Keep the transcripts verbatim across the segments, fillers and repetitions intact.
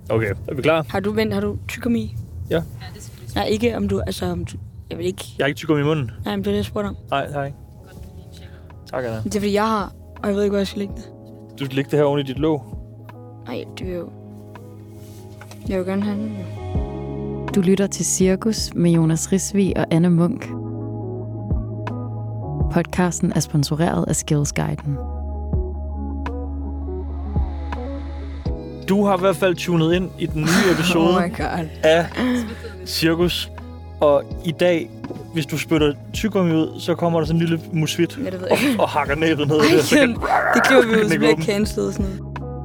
Okay, er vi klar? Har du vendt, har du tyggegummi? Ja. Ja, det skal vi. Nej, ikke om du, altså om du, jeg vil ikke. Jeg har ikke tyggegummi i munden. Nej, men det er det, jeg spurgte om. Nej, det har jeg ikke. Tak, Anna. Det er fordi, jeg har, og jeg ved ikke, hvor jeg skal lægge det. Du skal lægge det her oven i dit låg. Nej, det vil jo... Jeg vil gerne have den, jo. Du lytter til Cirkus med Jonas Risvig og Anne Munk. Podcasten er sponsoreret af Skillsguiden. Du har i hvert fald tunet ind i den nye episode Oh my God. af Cirkus. Og i dag, hvis du spytter tyggegummi ud, så kommer der sådan en lille musvit Ja, det ved og, jeg. og hakker næbet ned. Ej, i det, så kan, det klipper vi jo, så den ikke bliver åben. cancelet og sådan noget.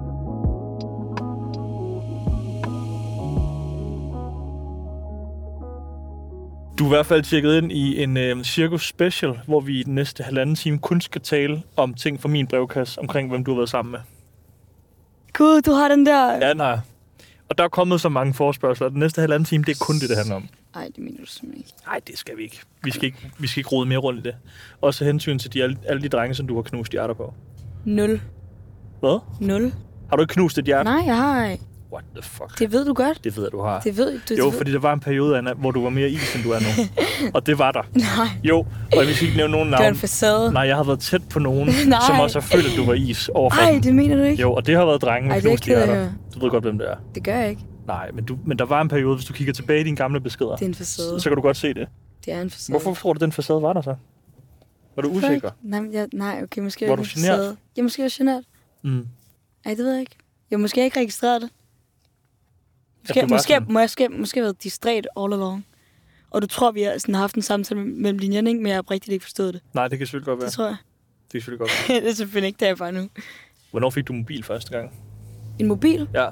Du er i hvert fald tjekket ind i en øh, Cirkus Special, hvor vi i den næste halvanden time kun skal tale om ting fra min brevkasse, omkring hvem du har været sammen med. Gud, du har den der... Ja, nej. Og der er kommet så mange forespørgsler, og den næste halvanden time, det er kun det, det handler om. Nej, det mener du simpelthen ikke. Nej, det skal vi ikke. Vi skal ikke, vi skal ikke rode mere rundt i det. Også hensyn til de, alle, alle de drenge, som du har knust hjerter på. Nul. Hvad? Nul. Har du ikke knust et hjerte? Nej, jeg har ikke. What the fuck? Det ved du godt. Det ved jeg, du har. Det ved du. Jo, det ved. fordi der var en periode, Anna, hvor du var mere is, end du er nu. Og det var der. Nej, Jo, og vi skal ikke nævne nogen det var en navn. facade. Nej, jeg har været tæt på nogen, Nej. som også har følt, at du var is overfor Ej, dem. det mener du ikke. Jo, og det har været drenge med Ej, det er knuste jeg ked af at hjerter. høre. Du ved godt, hvem det er. Det gør jeg ikke. Nej, men, du, men der var en periode, hvis du kigger tilbage i dine gamle beskeder, Det er en facade. så, så kan du godt se det. Det er en facade. Hvorfor tror du, den facade var der så? Var du Hvorfor usikker? ikke? Nej, men jeg, nej, okay, måske Var er du det en genert? facade. Jeg måske var genert. Mm. Ej, det ved jeg ikke. Jeg måske ikke registreret det. Måske, Jeg blev bare måske, sådan- måske, måske været distræt all along. Og du tror, vi har sådan haft en samtale mellem linjerne, ikke? Men jeg har rigtig ikke forstået det. Nej, det kan selvfølgelig godt være. Det tror jeg. Det kan selvfølgelig godt være. Det er selvfølgelig ikke der bare nu. Hvornår fik du mobil første gang? En mobil? Ja.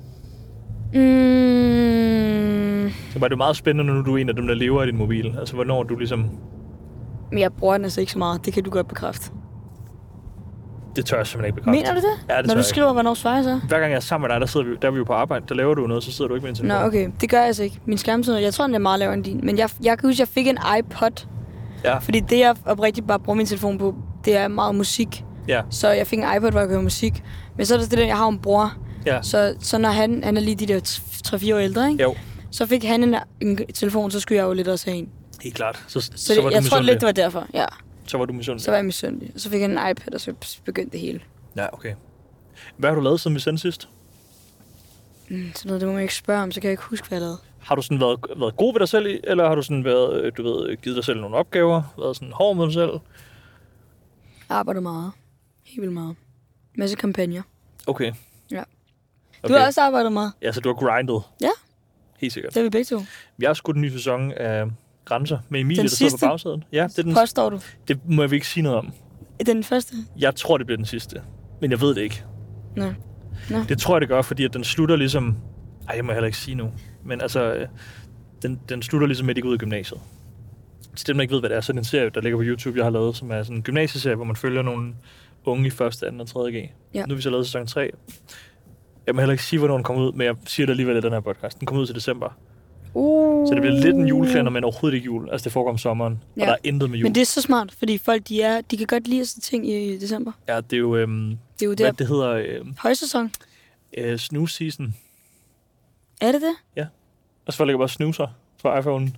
Mm, Det var det meget spændende, når du er en af dem, der lever af din mobil. Altså, hvornår du ligesom... men jeg bruger den altså ikke så meget. Det kan du godt bekræfte. Det tør jeg simpelthen ikke bekræfte. Mener du det? Ja, det Når tør du jeg skriver, hvornår svarer jeg så? ikke. Hver gang jeg er sammen med dig, der, sidder vi, der er vi jo på arbejde. Der laver du noget, så sidder du ikke med en telefon. Nå, okay. Det gør jeg altså ikke. Min skærmtid, jeg tror, den er meget lavere end din. Men jeg, jeg kan huske, jeg fik en iPod. Ja. Fordi det, jeg oprigtigt bare bruger min telefon på, det er meget musik. Ja. Så jeg fik en iPod, hvor jeg kunne høre musik. Men så er det det der, jeg har en bror. Ja. Så, så når han, han er lige de der tre fire år ældre, ikke? Jo. Så fik han en, en telefon, så skulle jeg jo lidt også have en. Helt klart. Så, så, Så, så det, var du jeg tror misundelig. lidt, det var derfor. Ja. Så var du misundelig. Så var jeg misundelig. Og så fik han en iPad, og så begyndte det hele. Ja, okay. Hvad har du lavet, siden vi sendte sidst? Mm, sådan noget, det må man ikke spørge om, så kan jeg ikke huske, hvad jeg lavede. Har du sådan været, været god ved dig selv i, eller har du sådan været, øh, du ved, givet dig selv nogle opgaver, været sådan hård med dig selv? Jeg arbejder meget. Helt vildt meget. Masse kampagner. Okay. Ja. Okay. Du har også arbejdet meget. Ja, så du har grindet. Ja. Helt sikkert. Det er vi begge to. Jeg har skudt en ny sæson af Grænser med Emilie, Den der sidder sidste? på bagsædet. Ja, det, er den, Påstår du? det må jeg ikke sige noget om. Den første? Jeg tror, det bliver den sidste. Men jeg ved det ikke. Nå. Nå. Det tror jeg, det gør, fordi at den slutter ligesom... Ej, jeg må heller ikke sige nu. Men altså, øh, den, den slutter ligesom med, at de går ud af gymnasiet. Til dem, der ikke ved, hvad det er, så er det en serie, der ligger på YouTube, jeg har lavet, som er sådan en gymnasieserie, hvor man følger nogle unge i første, anden og tredje G. Ja. Nu har vi så lavet sæson tre. Jeg må heller ikke sige, hvornår den kommer ud, men jeg siger det alligevel i den her podcast. Den kommer ud til december. Uh. Så det bliver lidt en julekalender, men overhovedet ikke jul. Altså, det foregår om sommeren, ja. Ja. Og der er intet med jul. Men det er så smart, fordi folk, de, er, de kan godt lide sådan ting i december. Ja, det er jo... Øhm, Det er jo hvad der det hedder... Øhm, højsæson. øh, snooze season. Er det det? Ja. Og så folk ligger bare snoozer på iPhone.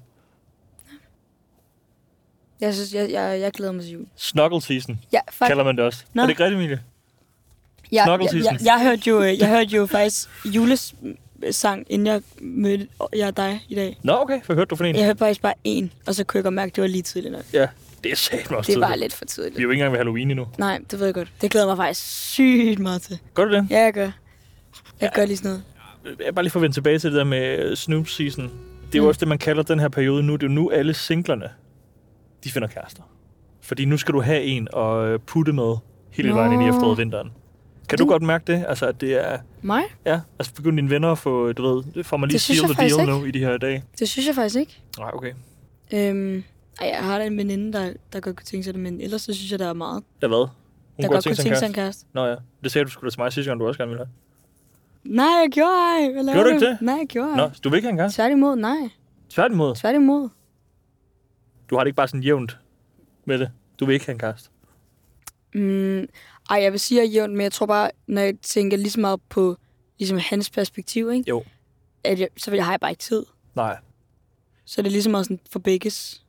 Jeg synes, jeg, jeg, jeg glæder mig til jul. Snuggle season, Ja, faktisk. kalder man det også. Nå. Er det ikke rigtigt, Emilie? Jeg, Snuggle jeg, season. jeg, jeg, hørte jo, jeg hørte jo faktisk julesang, inden jeg mødte jeg og dig i dag. Nå, okay. For hørte du for en? Jeg hørte faktisk bare én, og så kunne jeg godt mærke, at det var lige tidligt nok. Ja, det er satme også Det var tidligt. lidt for Vi er tidligt. jo ikke engang ved Halloween endnu. Nej, det ved jeg godt. Det glæder mig faktisk sygt meget til. Gør du det? Ja, jeg gør. Jeg Ja. gør lige sådan noget. Jeg bare lige for at vende tilbage til det der med Snoop season. Det er jo Mm. også det, man kalder den her periode nu. Det er jo nu alle singlerne, de finder kærester. Fordi nu skal du have en og putte med hele Nå. vejen ind i efteråret og vinteren. Kan du Du- godt mærke det? Altså, at det er... Mig? Ja, altså begynd dine venner at få, du ved, det får man lige Det synes seal jeg the deal faktisk nu i de her dage. Det synes jeg faktisk ikke. Nej, okay. Øhm, ej, jeg har da en veninde, der, der godt kunne tænke sig det, men ellers så synes jeg, der er meget, Der hvad? Hun der kunne godt kunne sig en tænke sig en kæreste. kæreste. Nå ja, det sagde du skulle da til mig sidste gang, du også gerne ville have. Nej, jeg gjorde ej. Hvad laver Gjorde du ikke det? Nej, jeg gjorde ej. Nå, du vil ikke have en kæreste? Tværtimod, nej. Tværtimod. Tværtimod. Du har det ikke bare sådan jævnt med det. Du vil ikke have en kæreste. Mm, ej, jeg vil sige, at jeg er jævnt, men jeg tror bare, når jeg tænker lige så meget på ligesom hans perspektiv, ikke? Jo. At jeg, så har jeg bare ikke tid. Nej. Så det er ligesom også sådan for begges.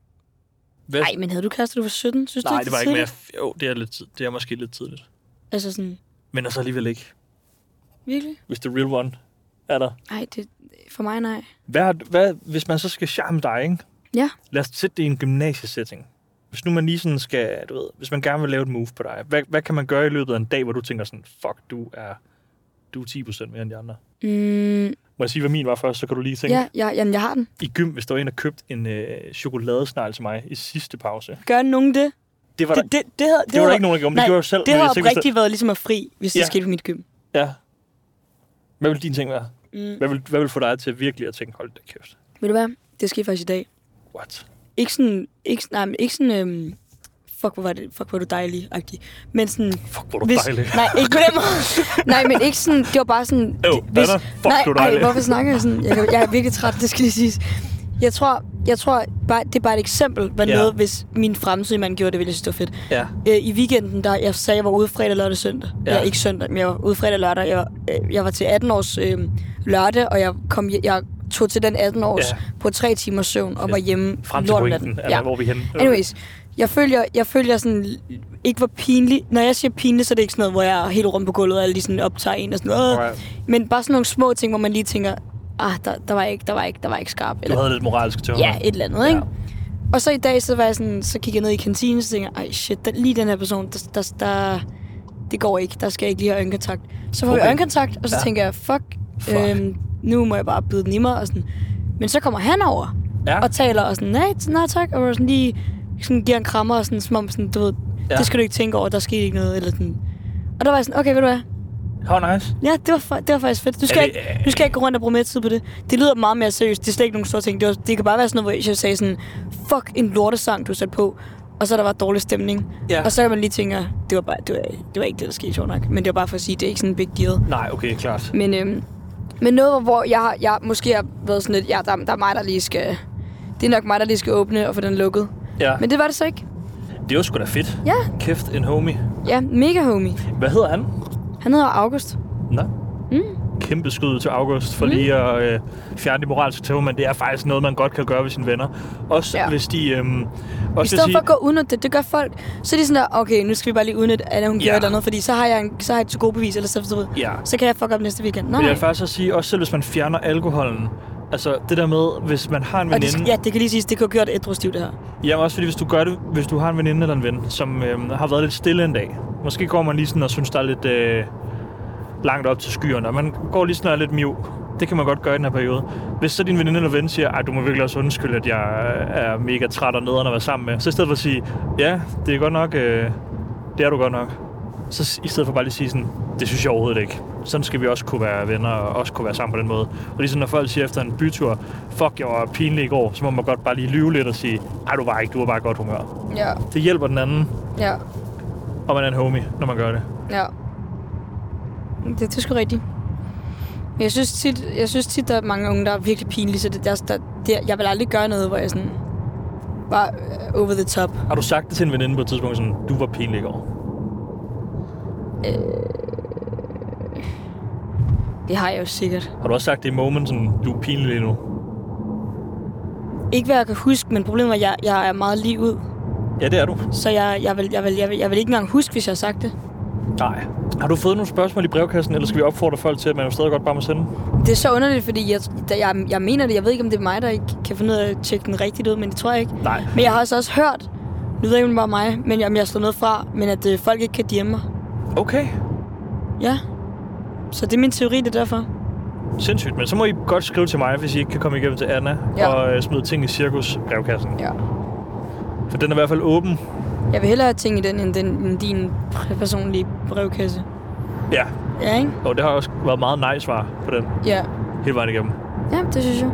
Nej, men havde du kæreste, du var sytten? Synes Nej, du, det var ikke mere. Jo, det er, lidt tid. Det er måske lidt tidligt. Altså sådan... Men altså alligevel ikke. Virkelig? Hvis the real one er der. Nej, det for mig nej. Hvad, hvad, hvis man så skal charme dig, ikke? Ja. Lad os sætte det i en gymnasiesetting. Hvis nu man lige sådan skal, du ved, hvis man gerne vil lave et move på dig, hvad, hvad kan man gøre i løbet af en dag, hvor du tænker sådan, fuck, du er, du er ti procent mere end de andre? Mm. Må jeg sige, hvad min var først, så kan du lige tænke. Ja, ja, jamen, jeg har den. I gym, hvis der var en, der købte en øh, chokoladesnegl til mig i sidste pause. Gør nogen det? Det var der, det, det, det, havde, det, det var der ikke nogen, der gjorde, men det gjorde jeg selv. Det havde jeg tænkte, oprigtigt været ligesom at fri, hvis det ja. skete på mit gym. Ja. Hvad vil din ting være? Mm. Hvad, vil, hvad vil få dig til virkelig at tænke, hold da kæft? Ved du hvad? Det skete faktisk i dag. What? Ikke sådan, ikke, nej, men ikke sådan, øhm, fuck, hvor var det, fuck, hvor du dejlig-agtig. Men sådan... Fuck, hvor du hvis, dejlig. Nej, ikke på den måde. Nej, men ikke sådan, det var bare sådan... Jo, hvis, Anna, fuck, nej, du er dejlig. Nej, hvorfor snakker jeg sådan? Jeg, jeg er virkelig træt, det skal lige siges. Jeg tror, jeg tror bare, det er bare et eksempel, hvad ja. noget, hvis min fremtidige mand gjorde det, ville jeg synes, det var fedt. Ja. Øh, I weekenden, der jeg sagde, jeg var ude fredag, lørdag, søndag. Ja. Jeg, ikke søndag, men jeg var ude fredag, lørdag. Jeg, øh, jeg var til atten års øh, lørdag, og jeg, kom, jeg tog til den atten års ja. på tre timers søvn, og var hjemme frem til pointen, ja. Hvor er vi henne? Anyways, jeg følger, jeg følger sådan ikke var pinlig. Når jeg siger pinlig, så er det ikke sådan noget, hvor jeg er helt rundt på gulvet, og alle lige sådan optager en og sådan noget. Right. Men bare sådan nogle små ting, hvor man lige tænker, ah, der, der var ikke, der var ikke, der var ikke skarp. Eller, du havde lidt moralsk tøvn. Ja, et eller andet, ikke? Ja. Og så i dag, så var jeg sådan, så kiggede jeg ned i kantinen, så tænkte jeg, ej shit, der, lige den her person, der, der, der, det går ikke, der skal jeg ikke lige have øjenkontakt. Så får okay. vi øjenkontakt, og så ja. tænker jeg, fuck, fuck. Øhm, nu må jeg bare byde den i mig, og sådan. Men så kommer han over, ja. og taler, og sådan, nej, nej tak, og sådan lige sådan giver en krammer, og sådan, som om sådan, du ved, ja. det skal du ikke tænke over, der skete ikke noget, eller sådan. Og der var jeg sådan, okay, ved du hvad? How nice. Ja, det var, det var faktisk fedt. Du skal, det, ikke, du skal ikke gå rundt og bruge mere tid på det. Det lyder meget mere seriøst. Det er slet ikke nogen store ting. Det, var, det kan bare være sådan noget, hvor jeg sagde sådan, fuck en lortesang, du satte på, og så der var dårlig stemning. Ja. Og så kan man lige tænke, det var, bare, det, var, det var ikke det, der skete, sjovt nok. Men det var bare for at sige, det er ikke sådan en big deal. Nej, okay, klart. Men, øhm, men noget, hvor jeg, jeg måske har været sådan lidt, ja, der, der er mig, der lige skal... Det er nok mig, der lige skal åbne og få den lukket. Ja. Men det var det så ikke. Det var sgu da fedt. Ja. Kæft, en homie. Ja, mega homie. Hvad hedder han? Han hedder August. Nå. Mm. Kæmpe skud til August for mm. lige at øh, fjerne de moralske tæv, men det er faktisk noget, man godt kan gøre ved sine venner. Også ja. hvis de... Øhm, også I stedet sige... for at gå uden det, det gør folk. Så er de sådan der, okay, nu skal vi bare lige udnytte, at hun ja. gør et eller andet, fordi så har jeg, en, så har jeg et to-go bevis, eller så, så, ja. så kan jeg fuck op næste weekend. Nej. Men jeg vil faktisk også sige, også selv hvis man fjerner alkoholen, altså det der med, hvis man har en veninde... Det, ja, det kan lige siges, det kan gøre det ædrustiv, det her. Jamen også fordi, hvis du gør det, hvis du har en veninde eller en ven, som øhm, har været lidt stille en dag. Måske går man lige sådan og synes, der er lidt... Øh, langt op til skyerne, og man går lige sådan og lidt miv. Det kan man godt gøre i den her periode. Hvis så din veninde eller ven siger, at du må virkelig også undskylde, at jeg er mega træt og nederen at være sammen med, så i stedet for at sige, ja, det er godt nok, øh, det er du godt nok, så i stedet for bare lige at sige sådan, det synes jeg overhovedet ikke. Sådan skal vi også kunne være venner og også kunne være sammen på den måde. Og ligesom når folk siger efter en bytur, fuck, jeg var pinlig i går, så må man godt bare lige lyve lidt og sige, ej, du var ikke, du var bare godt humør. Ja. Det hjælper den anden, ja. og man er en homie, når man gør det. Ja. Det, det er sgu rigtigt. Men jeg synes tit, jeg synes tit, der er mange unge, der er virkelig pinlige, så det, der, der, det, jeg vil aldrig gøre noget, hvor jeg sådan bare uh, over the top. Har du sagt det til en veninde på et tidspunkt, sådan, du var pinlig i går? Øh, det har jeg jo sikkert. Har du også sagt det i moment, sådan, du er pinlig lige nu? Ikke hvad jeg kan huske, men problemet er, at jeg, jeg er meget lige ud. Ja, det er du. Så jeg, jeg, vil, jeg, vil, jeg, vil, jeg vil ikke engang huske, hvis jeg har sagt det. Nej. Har du fået nogle spørgsmål i brevkassen, eller skal vi opfordre folk til, at man jo stadig godt bare må sende? Det er så underligt, fordi jeg, jeg, jeg mener det. Jeg ved ikke, om det er mig, der ikke kan finde ud af at tjekke den rigtigt ud, men det tror jeg ikke. Nej. Men jeg har også, også hørt, nu ved jeg ikke, om det var mig, men jeg, jeg slår noget fra, men at øh, folk ikke kan D M'e mig. Okay. Ja. Så det er min teori, det er derfor. Sindssygt, men så må I godt skrive til mig, hvis I ikke kan komme igennem til Anna, ja. og øh, smide ting i Cirkus brevkassen. Ja. For den er i hvert fald åben. Jeg vil hellere have ting i den, end, den, end din personlige brevkasse. Ja. Ja, ikke? Og det har også været meget nej-svar på den. Ja. Hele vejen igennem. Ja, det synes jeg.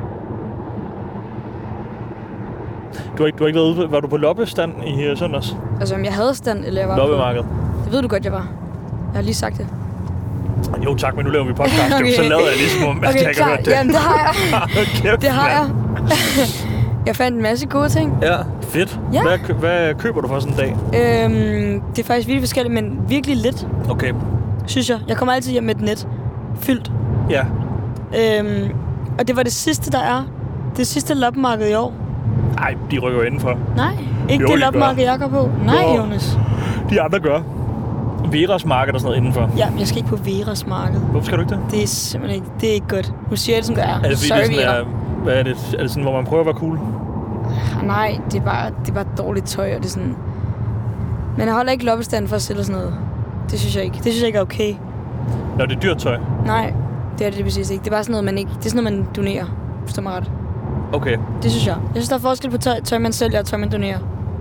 Du har ikke, du har ikke været ude, var du på loppestand i uh, søndags? Altså, om jeg havde stand, eller jeg var Loppemarked. Det ved du godt, jeg var. Jeg har lige sagt det. Jo tak, men nu laver vi podcast, okay. Så lavede jeg ligesom om, at okay, jeg ikke har hørt det. Jamen, det har jeg. Kæft, det har jeg. Jeg fandt en masse gode ting. Ja, fedt. Ja. Hvad, kø- hvad køber du for sådan en dag? Øhm, det er faktisk virkelig forskelligt, men virkelig lidt. Okay. Synes jeg. Jeg kommer altid hjem med et net. fyldt. Ja. Øhm, og det var det sidste, der er. Det sidste loppemarked i år. Nej, de rykker jo indenfor. Nej, ikke Jo, det de loppemarked, jeg går på. Nej, Nå. Jonas. De andre gør. Veras marked og sådan noget indenfor. Ja, jeg skal ikke på Veras marked. Hvorfor skal du ikke det? Det er simpelthen ikke, det er ikke godt. Nu siger jeg det, som det er. Er det fordi, Sorry, det er sådan, Vera. er, hvad er det? Er det sådan, hvor man prøver at være cool? Nej, det er bare, det er bare dårligt tøj, og det er sådan... Men jeg holder ikke loppestand for at sælge sådan noget. Det synes jeg ikke. Det synes jeg ikke er okay. Nå, det er dyrt tøj. Nej, det er det, det præcis ikke. Det er bare sådan noget, man ikke... Det er sådan noget, man donerer. Forstår mig ret. Okay. Det synes jeg. Jeg synes, der er forskel på tøj, tøj man sælger og tøj, man donerer.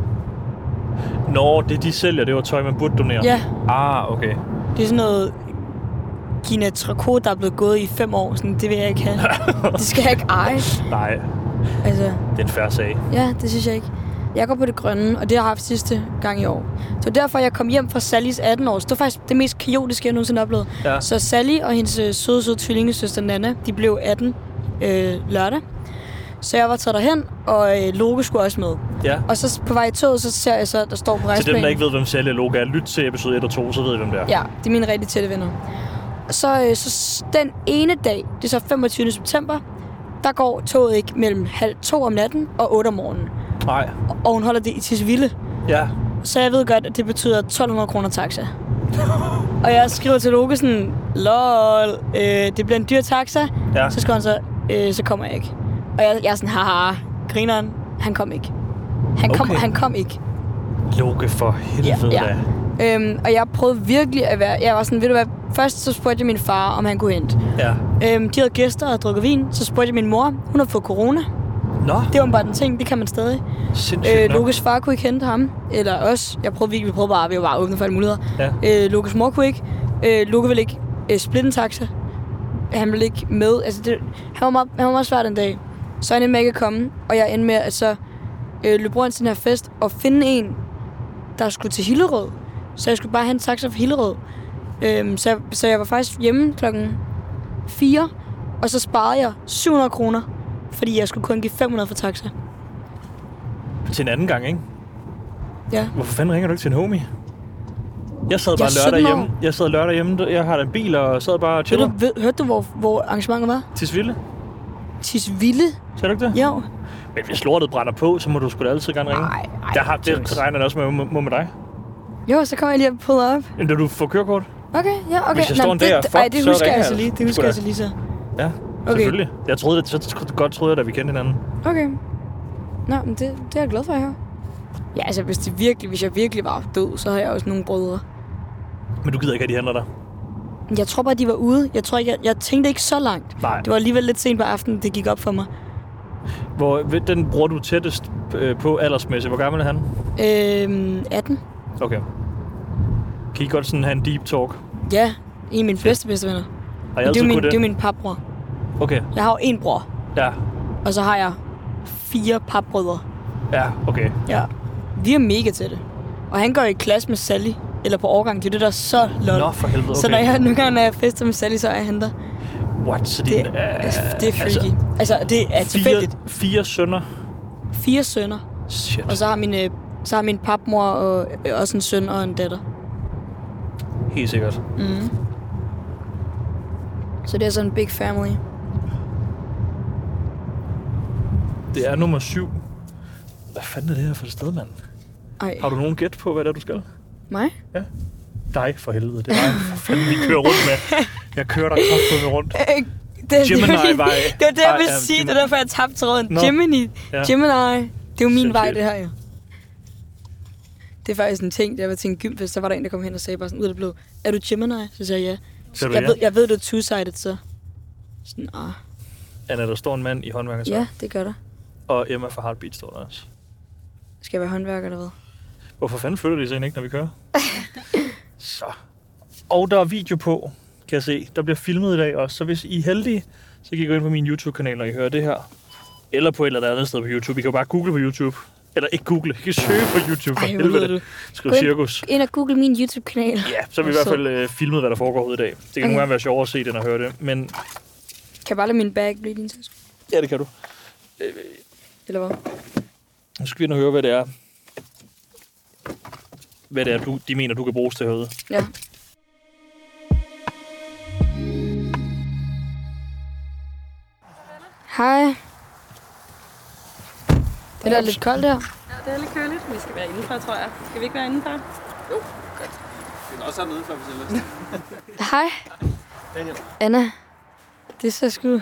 Nå, det de sælger, det var tøj, man burde donere? Ja. Ah, okay. Det er sådan noget... Gina Tricot, der er blevet gået i fem år. Sådan, det vil jeg ikke have. Det skal jeg ikke eje. Nej, Altså, det er en fair sag. ja, det synes jeg ikke. Jeg går på det grønne, og det har jeg haft sidste gang i år. Så derfor, jeg kom hjem fra Sallys atten år. Det var faktisk det mest kaotiske, jeg nogensinde har oplevet. Ja. Så Sally og hendes øh, søde, søde tvillingesøster Nana, de blev atten øh, lørdag. Så jeg var taget derhen, og øh, Loke skulle også med. Ja. Og så på vej i toget, så ser jeg så, der står på Til rejseplanen. dem, der ikke ved, hvem Sally og Loke er, lyt til episode et og to, så ved I, hvem det er. Ja, det er mine rigtig tætte venner. Så, øh, så den ene dag, det er så femogtyvende september, der går toget ikke mellem halv to om natten og otte om morgenen. Nej. Og hun holder det i Tisvilde. Ja. Så jeg ved godt, at det betyder tolv hundrede kroner taxa. Og jeg skriver til Loke sådan, lol, øh, det bliver en dyr taxa. Ja. Så skriver han så, øh, så kommer jeg ikke. Og jeg, jeg er sådan, haha, grineren, han kom ikke. Han kom, Okay. han kom ikke. Loke for helvede Ja, da. ja. Øhm, og jeg prøvede virkelig at være, jeg var sådan, ved du hvad, først så spurgte jeg min far, om han kunne hente. Ja. Øhm, de havde gæster og drukket vin, så spurgte jeg min mor, hun har fået corona. Nå, Det var bare den ting, det kan man stadig. sindssygt Øh, nok. Lokes far kunne ikke hente ham, eller os. Jeg prøvede virkelig, vi prøvede bare, vi var bare åbne for alle muligheder. Ja. Øh, Lokes mor kunne ikke. Øh, Loke ville ikke øh, splitte en taxa. Han ville ikke med. Altså, det, han, var meget, han var meget svær den dag. Så han endte med ikke at komme, og jeg endte med at så øh, løbe rundt til den her fest og finde en, der skulle til Hillerød. Så jeg skulle bare have en taxa for Hillerød. Øhm, så, jeg, så jeg var faktisk hjemme klokken fire, og så sparede jeg syv hundrede kroner, fordi jeg skulle kun give fem hundrede for taxa. Til en anden gang, ikke? Ja. Hvorfor fanden ringer du ikke til en homie? Jeg sad bare Jeg er lørdag sytten år. hjemme. Jeg sad lørdag hjemme. Jeg har da en bil og sad bare og Ved chillede. du, ved, hørte du, hvor, hvor arrangementet var? Tisvilde. Tisvilde? Sagde du ikke det? Jo. Men hvis lortet brænder på, så må du sgu da altid gerne ringe. Nej, nej. Jeg har, det regner jeg også med, må, må med dig. Jo, så kommer jeg lige at pulle op. Men da du får kørekort? Okay, ja, okay. Hvis jeg står en det, dag og det, fuck, ej, det så husker jeg ringer altså jeg. lige. Det Sgu husker da. jeg altså lige så. Ja, Okay. selvfølgelig. Jeg troede, det, så godt troede jeg, da vi kendte hinanden. Okay. Nå, men det, det er jeg glad for at høre. Ja, altså, hvis, det virkelig, hvis jeg virkelig var død, så har jeg også nogle brødre. Men du gider ikke, at de handler der? Jeg tror bare, de var ude. Jeg tror ikke, jeg, jeg tænkte ikke så langt. Nej. Det var alligevel lidt sent på aftenen, det gik op for mig. Hvor, den bruger du tættest øh, på aldersmæssigt. Hvor gammel er han? Øhm, atten. Okay. Kan I godt sådan have en deep talk? Ja, en af mine bedste bedste venner. Har jeg Det er altid jo min, kunne det er det? jo min papbror. Okay, Jeg har jo en bror, ja. og så har jeg fire papbrødre. Ja, okay. Ja. Vi er mega tætte. Og han går i klasse med Sally, eller på årgang. Det er det, der er så lol. Nå, for helvede, okay. Så når jeg nogle gange, når jeg fester med Sally, så er han der. What? Så Det, din, det er freaky. Altså, altså det er fire, tilfældigt. fire sønner? Fire sønner. Shit. Og så har min, øh, så har min papmor og, øh, også en søn og en datter. Helt sikkert. Mm. Så det er sådan en big family. Det er nummer syv. Hvad fanden er det her for et sted, mand? Ej, Har du nogen gæt på, hvad det er, du skal? mig? Ja. Dig, for helvede. Det er dig, for fanden, vi kører rundt med. Jeg kører der kraftfuldt rundt. Øh, det, Gemini-vej. Det var det, jeg Ej, ville ja, sige. Gemini. Det er derfor, jeg tabte tråden. Nå. Gemini. Ja. Gemini. Det er jo min Sindssygt. vej, det her jo. Det er faktisk en ting, da jeg var til en gymfest, så var der en, der kom hen og sagde bare sådan ud af det blå, er du Gemini? Så sagde jeg ja. Sagde du jeg, ja? ved, jeg ved, du er two-sided, så. Sådan, ah. Anna, der står en mand i håndværkers Ja, det gør der. Og Emma fra Heartbeat står der også. Skal jeg være håndværker eller hvad? Hvorfor fanden følger de sig ikke, når vi kører? Så. Og der er video på, kan jeg se. Der bliver filmet i dag også. Så hvis I er heldige, så kan I gå ind på min YouTube-kanal, når I hører det her. Eller på et eller andet sted på YouTube. I kan jo bare google på YouTube. Eller ikke google. I kan søge på YouTube for Ej, hvor lyder helvede. du. Skriv Gå ind- cirkus. Ind og google min YouTube-kanal. Ja, så har vi i hvert fald øh, filmet, hvad der foregår ude i dag. Det kan Okay. nogle gange være sjovere at se det, end at høre det. Men Kan jeg bare lade min bag blive din taske? ja, det kan du. Eller hvad? Nu skal vi ind og høre, hvad det er. Hvad det er, du, de mener, du kan bruges til herude. Ja. Hej. Det er da lidt koldt her. Ja, det er lidt køligt. Vi skal være indenfor, tror jeg. Skal vi ikke være indenfor? Jo, godt. Vi kan også have den udenfor, hvis I har lyst. Hej. Daniel. Anna. Det ser sgu...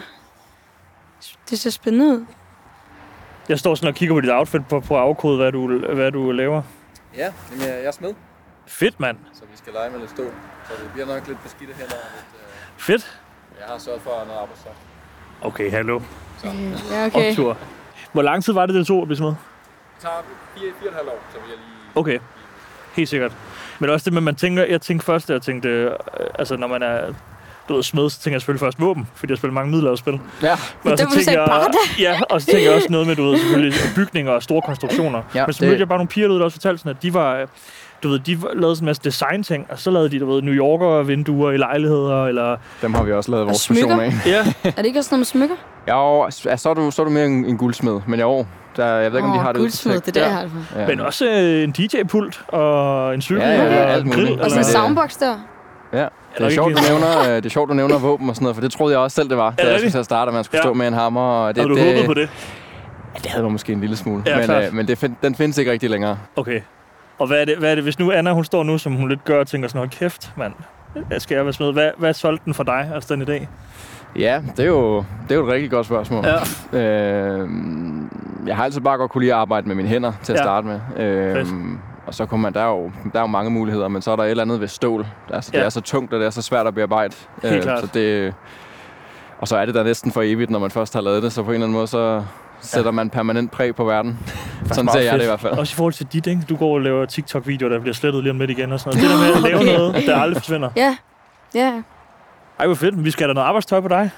Det ser spændende ud. Jeg står sådan og kigger på dit outfit på, på afkode, hvad du, hvad du laver. Ja, jamen, jeg er smed. Fedt, mand. Så vi skal lege med lidt stål. Så det bliver nok lidt beskidte hænder. Lidt, øh... Fedt. Jeg har sørget for noget arbejdsstof. Okay, hallo. Så. Ja, okay. Optur. Hvor lang tid var det, det tog at blive smed? Det tager fire, fire og et halvt år, så vil jeg lige... Okay, helt sikkert. Men også det med, man tænker, jeg tænkte først, at jeg tænkte, øh, altså når man er du ved, smed, så tænker jeg selvfølgelig først våben, fordi jeg spiller mange middelalderspil. Ja. Men det var du sagde bare det. Ja, og så tænker jeg også noget med, du ved, selvfølgelig bygninger og store konstruktioner. Ja, men så mødte det... jeg bare nogle piger derude, der også fortalte sådan, at de var, du ved, de lavede sådan en masse design-ting, og så lavede de, du ved, New Yorker-vinduer i lejligheder, eller... Dem har vi også lavet Og vores smykker? version af. Ja, Er det ikke også noget med smykker? Jo, ja, så er du, så er du mere en, en guldsmed, men jo, der, jeg ved ikke, om de har det ude på guldsmed, tech. det er det, Ja. jeg har det for. Ja. men også øh, en D J-pult og en cykel, Ja, ja, eller alt en muligt. grill. Og Og sådan en det- soundbox der. Ja, det Eller er, ikke sjovt, du helt. nævner, øh, det er sjovt, du nævner våben og sådan noget, for det troede jeg også selv, det var, da det jeg skulle rigtigt? til at starte, at man skulle Ja. stå med en hammer. Og det, Havde du det, håbet på det? Ja, det havde man måske en lille smule, Ja, men, klart. øh, men det, find, den findes ikke rigtig længere. Okay. Og hvad er det, hvad er det hvis nu Anna, hun står nu, som hun lidt gør, og tænker sådan, hold kæft, mand, hvad skal jeg være smed? Hvad, hvad solgte den for dig, altså den i dag? Ja, det er jo, det er jo et rigtig godt spørgsmål. Ja. Øh, jeg har altid bare godt kunne lide at arbejde med mine hænder til at Ja. starte med. Øh, Fedt. og så kommer man, der er, jo, der er jo mange muligheder, men så er der et eller andet ved stål. Altså, det Ja. er så tungt, og det er så svært at bearbejde. Helt klart. Så det, og så er det der næsten for evigt, når man først har lavet det. Så på en eller anden måde, så sætter man permanent præg på verden. Sådan ser jeg det i hvert fald. Også i forhold til dit, ikke? Du går og laver TikTok-videoer, der bliver slettet lige om lidt igen og sådan noget. Det der med at lave noget, der aldrig forsvinder. Ja. Ja. Ej, hvor fedt. Vi skal have da noget arbejdstøj på dig.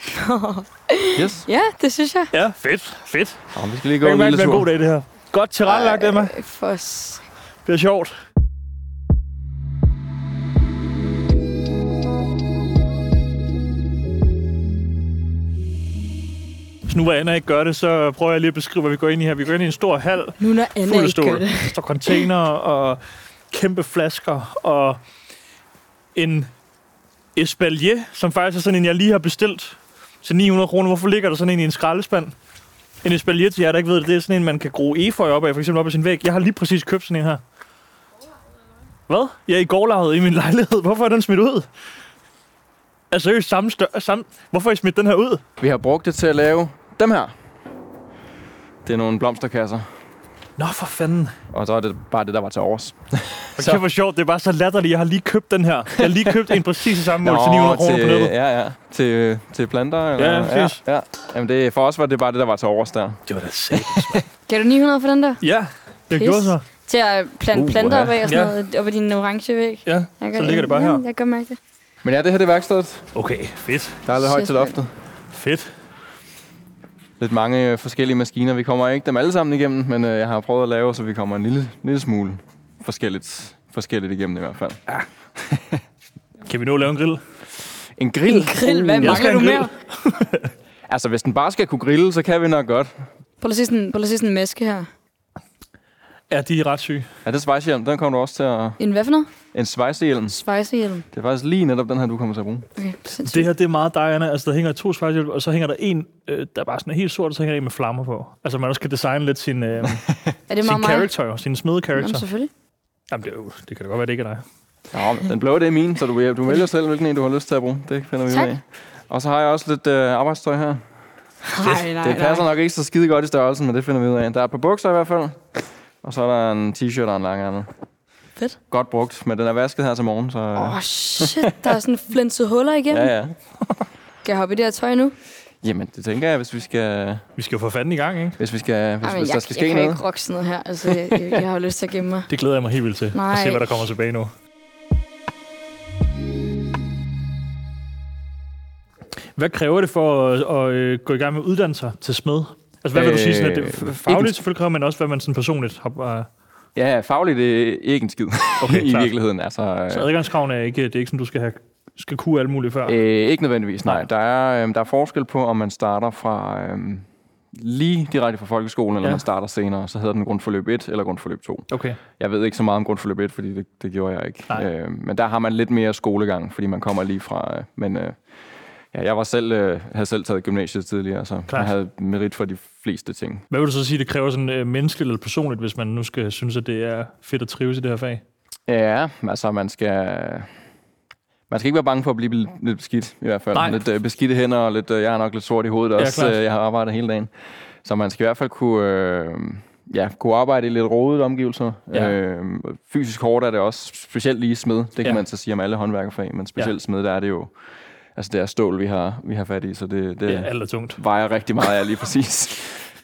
Yes. Ja, det synes jeg. Ja, fedt. Fedt. Og vi skal lige Det gå en kan lille være en tur. god dag, det her. Godt tilrettelagt, Emma. Ej, for s- Det bliver sjovt. Så nu hvor Anna ikke gør det, så prøver jeg lige at beskrive, hvad vi går ind i her. Vi går ind i en stor hal, Nu når Anna fuld af ikke gør stål. det. Der står container og kæmpe flasker og en espalier, som faktisk er sådan en, jeg lige har bestilt til ni hundrede kroner. Hvorfor ligger der sådan en i en skraldespand? En espalier til jer, der ikke ved det, det er sådan en, man kan gro efeu op af, for eksempel op ad sin væg. Jeg har lige præcis købt sådan en her. Hvad? Ja, i gårdlaget i min lejlighed. Hvorfor er den smidt ud? Altså seriøst, samme stør- samme... Hvorfor har I smidt den her ud? Vi har brugt det til at lave dem her. Det er nogle blomsterkasser. Nå, for fanden. Og så er det bare det, der var til års. Og kæft, hvor sjovt. Det er bare så latterligt. Jeg har lige købt den her. Jeg har lige købt en præcis i samme mål til ni hundrede kroner på nettet. Ja, ja. Til, til planter? Eller? Ja, præcis. Ja, ja. Jamen, det, for os var det bare det, der var til års der. Det var da sæt. Gav du ni hundrede for den der? Ja, det Pis. gjorde så. Til at plante Uh, planter ja. op af og sådan Ja. noget, op ad din orange væg. Ja, Jeg så ligger det bare her. Ja, jeg kan mærke det. Men ja, det her det er værkstedet. Okay, fedt. Der er lidt højt Shit, til loftet. Fedt. Lidt mange øh, forskellige maskiner. Vi kommer ikke dem alle sammen igennem, men øh, jeg har prøvet at lave, så vi kommer en lille, lille smule forskelligt, forskelligt igennem i hvert fald. Kan vi nå at lave en grill? En grill? En grill? Hvad Jeg mangler skal du have en mere? Altså, hvis den bare skal kunne grille, så kan vi nok godt. Prøv lige at se sådan, prøv lige at se sådan en maske her. Ja, de er ret syge. Ja, det er svejsehjelm. Den kommer du også til at... En hvad for noget? En svejsehjelm. Svejsehjelm. Det er faktisk lige netop den her, du kommer til at bruge. Okay, sindssygt. Det her, det er meget dig, Anna. Altså, der hænger to svejshjælp, og så hænger der en, øh, der er bare sådan helt sort, og så hænger der en med flammer på. Altså, man også kan designe lidt sin, øh, Er det sin meget mig? character, sin smede character. Jamen, selvfølgelig. Jamen, det, er jo, det kan da godt være, det ikke er dig. Ja, men den blå, det er min, så du, du vælger selv, hvilken en du har lyst til at bruge. Det finder vi ud Tak. af. Og så har jeg også lidt øh, arbejdstøj her. Nej, nej, Det passer nok ikke så skide godt i størrelsen, men det finder vi ud af. Der er et par bukser i hvert fald. Og så er der en t-shirt og en langærmet. Fedt. Godt brugt, men den er vasket her til morgen, så... Åh, oh, shit. Der er sådan flænset huller igennem. ja, ja. Skal jeg hoppe i det her tøj nu? Jamen, det tænker jeg, hvis vi skal... Vi skal jo få fanden i gang, ikke? Hvis, vi skal, hvis, Ej, men hvis jeg, der skal jeg ske kan noget. ikke rokke sådan noget her. Altså, jeg, jeg, jeg har jo lyst til at gemme mig. Det glæder jeg mig helt vildt til. Nej. At se, hvad der kommer tilbage nu. Hvad kræver det for at, at, at gå i gang med at uddanne sig til smed? Altså, hvad vil du sige? Sådan, at det Øh, er fagligt ikke- selvfølgelig kræver, men også, hvad man sådan personligt har... Ja, fagligt det er ikke en skid Okay, i klart. virkeligheden. Altså, Så adgangskravene er ikke, det er ikke sådan, du skal have skal kunne alt muligt før. øh, ikke nødvendigvis, nej. Nej. Der er, øh, der er forskel på, om man starter fra... Øh, lige direkte fra folkeskolen, eller Ja. man starter senere. Så hedder den grundforløb et eller grundforløb to. Okay. Jeg ved ikke så meget om grundforløb et, fordi det, det gjorde jeg ikke. Nej. Øh, men der har man lidt mere skolegang, fordi man kommer lige fra... Øh, men øh, Ja, jeg var selv, øh, havde selv taget gymnasiet tidligere, så Klart. jeg havde merit for de fleste ting. Hvad vil du så sige, det kræver sådan øh, menneskeligt eller personligt, hvis man nu skal synes, at det er fedt at trives i det her fag? Ja, altså man skal... Man skal ikke være bange for at blive lidt beskidt, i hvert fald. Nej. Lidt øh, beskidte hænder, og lidt, øh, jeg er nok lidt sort i hovedet også. Ja, øh, jeg har arbejdet hele dagen. Så man skal i hvert fald kunne, øh, ja, kunne arbejde i lidt rodede omgivelser. Ja. Øh, fysisk hårdt er det også, specielt lige smed. Det kan Ja. man så sige om alle håndværkerfag, men specielt Ja. smed, der er det jo... Altså, det er stål, vi har, vi har fat i, så det, det Ja, alt er tungt. vejer rigtig meget af lige præcis.